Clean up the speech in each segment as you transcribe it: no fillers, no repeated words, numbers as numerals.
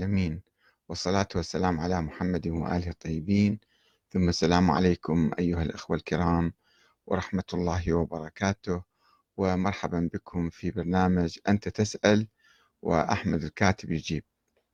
العالمين، والصلاة والسلام على محمد وآله الطيبين، ثم السلام عليكم أيها الأخوة الكرام ورحمة الله وبركاته، ومرحبا بكم في برنامج أنت تسأل وأحمد الكاتب يجيب.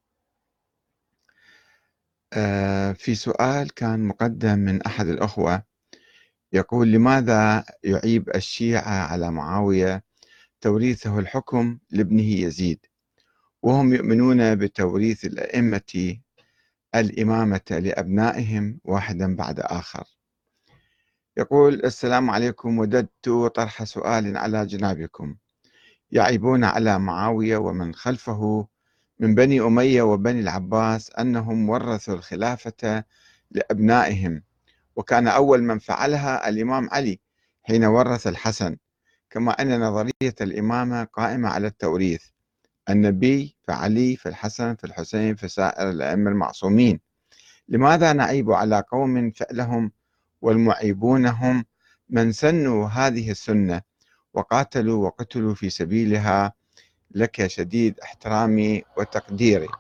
في سؤال كان مقدم من أحد الأخوة يقول: لماذا يعيب الشيعة على معاوية توريثه الحكم لابنه يزيد، وهم يؤمنون بتوريث الأئمة الإمامة لأبنائهم واحدا بعد آخر؟ يقول: السلام عليكم، وددت طرح سؤال على جنابكم. يعيبون على معاوية ومن خلفه من بني أمية وبني العباس أنهم ورثوا الخلافة لأبنائهم، وكان أول من فعلها الإمام علي حين ورث الحسن، كما أن نظرية الإمامة قائمة على التوريث: النبي فعلي فالحسن فالحسين فسائر الأئمة المعصومين. لماذا نعيب على قوم فعلهم والمعيبون هم من سنوا هذه السنة وقاتلوا وقتلوا في سبيلها؟ لك شديد احترامي وتقديري.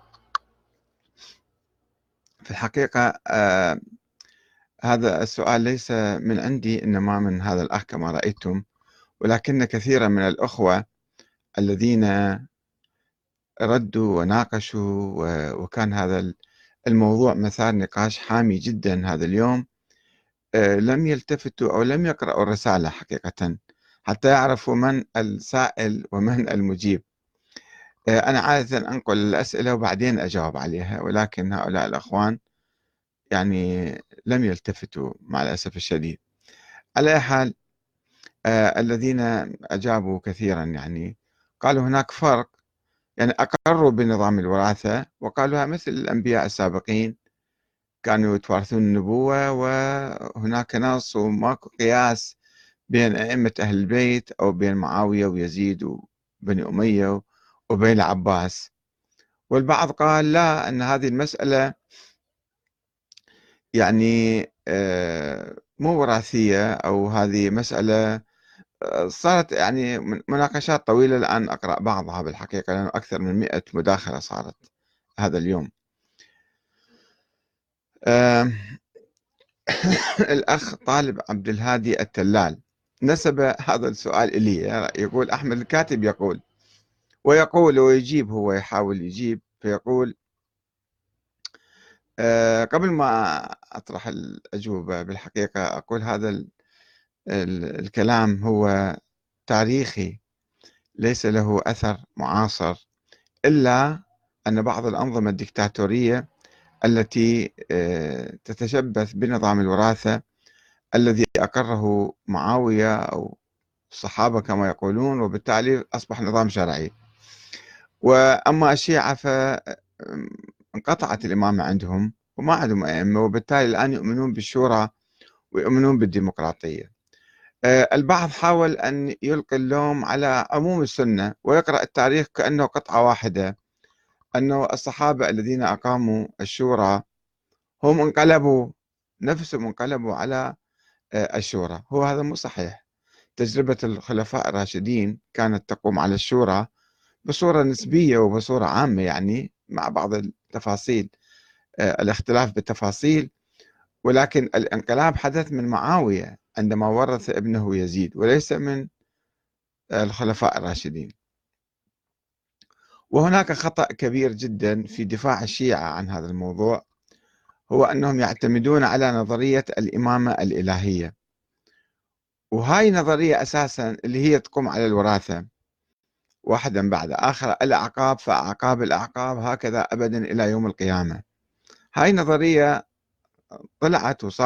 في الحقيقة هذا السؤال ليس من عندي، إنما من هذا الأخ كما رأيتم، ولكن كثيرا من الأخوة الذين ردوا وناقشوا وكان هذا الموضوع مثار نقاش حامي جدا هذا اليوم، لم يلتفتوا أو لم يقرأوا الرسالة حقيقة حتى يعرفوا من السائل ومن المجيب. أنا عادة أنقل الأسئلة وبعدين أجاوب عليها، ولكن هؤلاء الأخوان يعني لم يلتفتوا مع الأسف الشديد. على أي حال، الذين أجابوا كثيرا يعني قالوا هناك فرق، يعني أقروا بنظام الوراثة وقالوها مثل الأنبياء السابقين كانوا يتوارثون النبوة، وهناك نص وماكو قياس بين أئمة أهل البيت أو بين معاوية ويزيد وبني أمية وبين العباس. والبعض قال لا، أن هذه المسألة يعني مو وراثية، أو هذه مسألة صارت يعني مناقشات طويلة. الآن أقرأ بعضها بالحقيقة، لأنه أكثر من 100 مداخلة صارت هذا اليوم. الأخ طالب عبد الهادي التلال نسب هذا السؤال إلي. يقول: أحمد الكاتب يقول ويقول ويجيب، هو يحاول يجيب فيقول. قبل ما أطرح الأجوبة بالحقيقة أقول هذا الكلام هو تاريخي، ليس له أثر معاصر، إلا أن بعض الأنظمة الدكتاتورية التي تتشبث بنظام الوراثة الذي أقره معاوية أو الصحابة كما يقولون، وبالتالي أصبح نظام شرعي. وأما الشيعة فانقطعت الإمامة عندهم وما عندهم أئمة، وبالتالي الآن يؤمنون بالشورى ويؤمنون بالديمقراطية. البعض حاول أن يلقي اللوم على عموم السنة ويقرأ التاريخ كأنه قطعة واحدة، أنه الصحابة الذين أقاموا الشورى هم انقلبوا، نفسهم انقلبوا على الشورى. هو هذا مو صحيح. تجربة الخلفاء الراشدين كانت تقوم على الشورى بصورة نسبية وبصورة عامة، يعني مع بعض التفاصيل، الاختلاف بالتفاصيل، ولكن الانقلاب حدث من معاوية عندما ورث ابنه يزيد، وليس من الخلفاء الراشدين. وهناك خطأ كبير جدا في دفاع الشيعة عن هذا الموضوع، هو أنهم يعتمدون على نظرية الإمامة الإلهية، وهاي نظرية أساسا اللي هي تقوم على الوراثة واحدا بعد آخر، الأعقاب فأعقاب الأعقاب، هكذا أبدا إلى يوم القيامة. هاي نظرية طلعت وصارت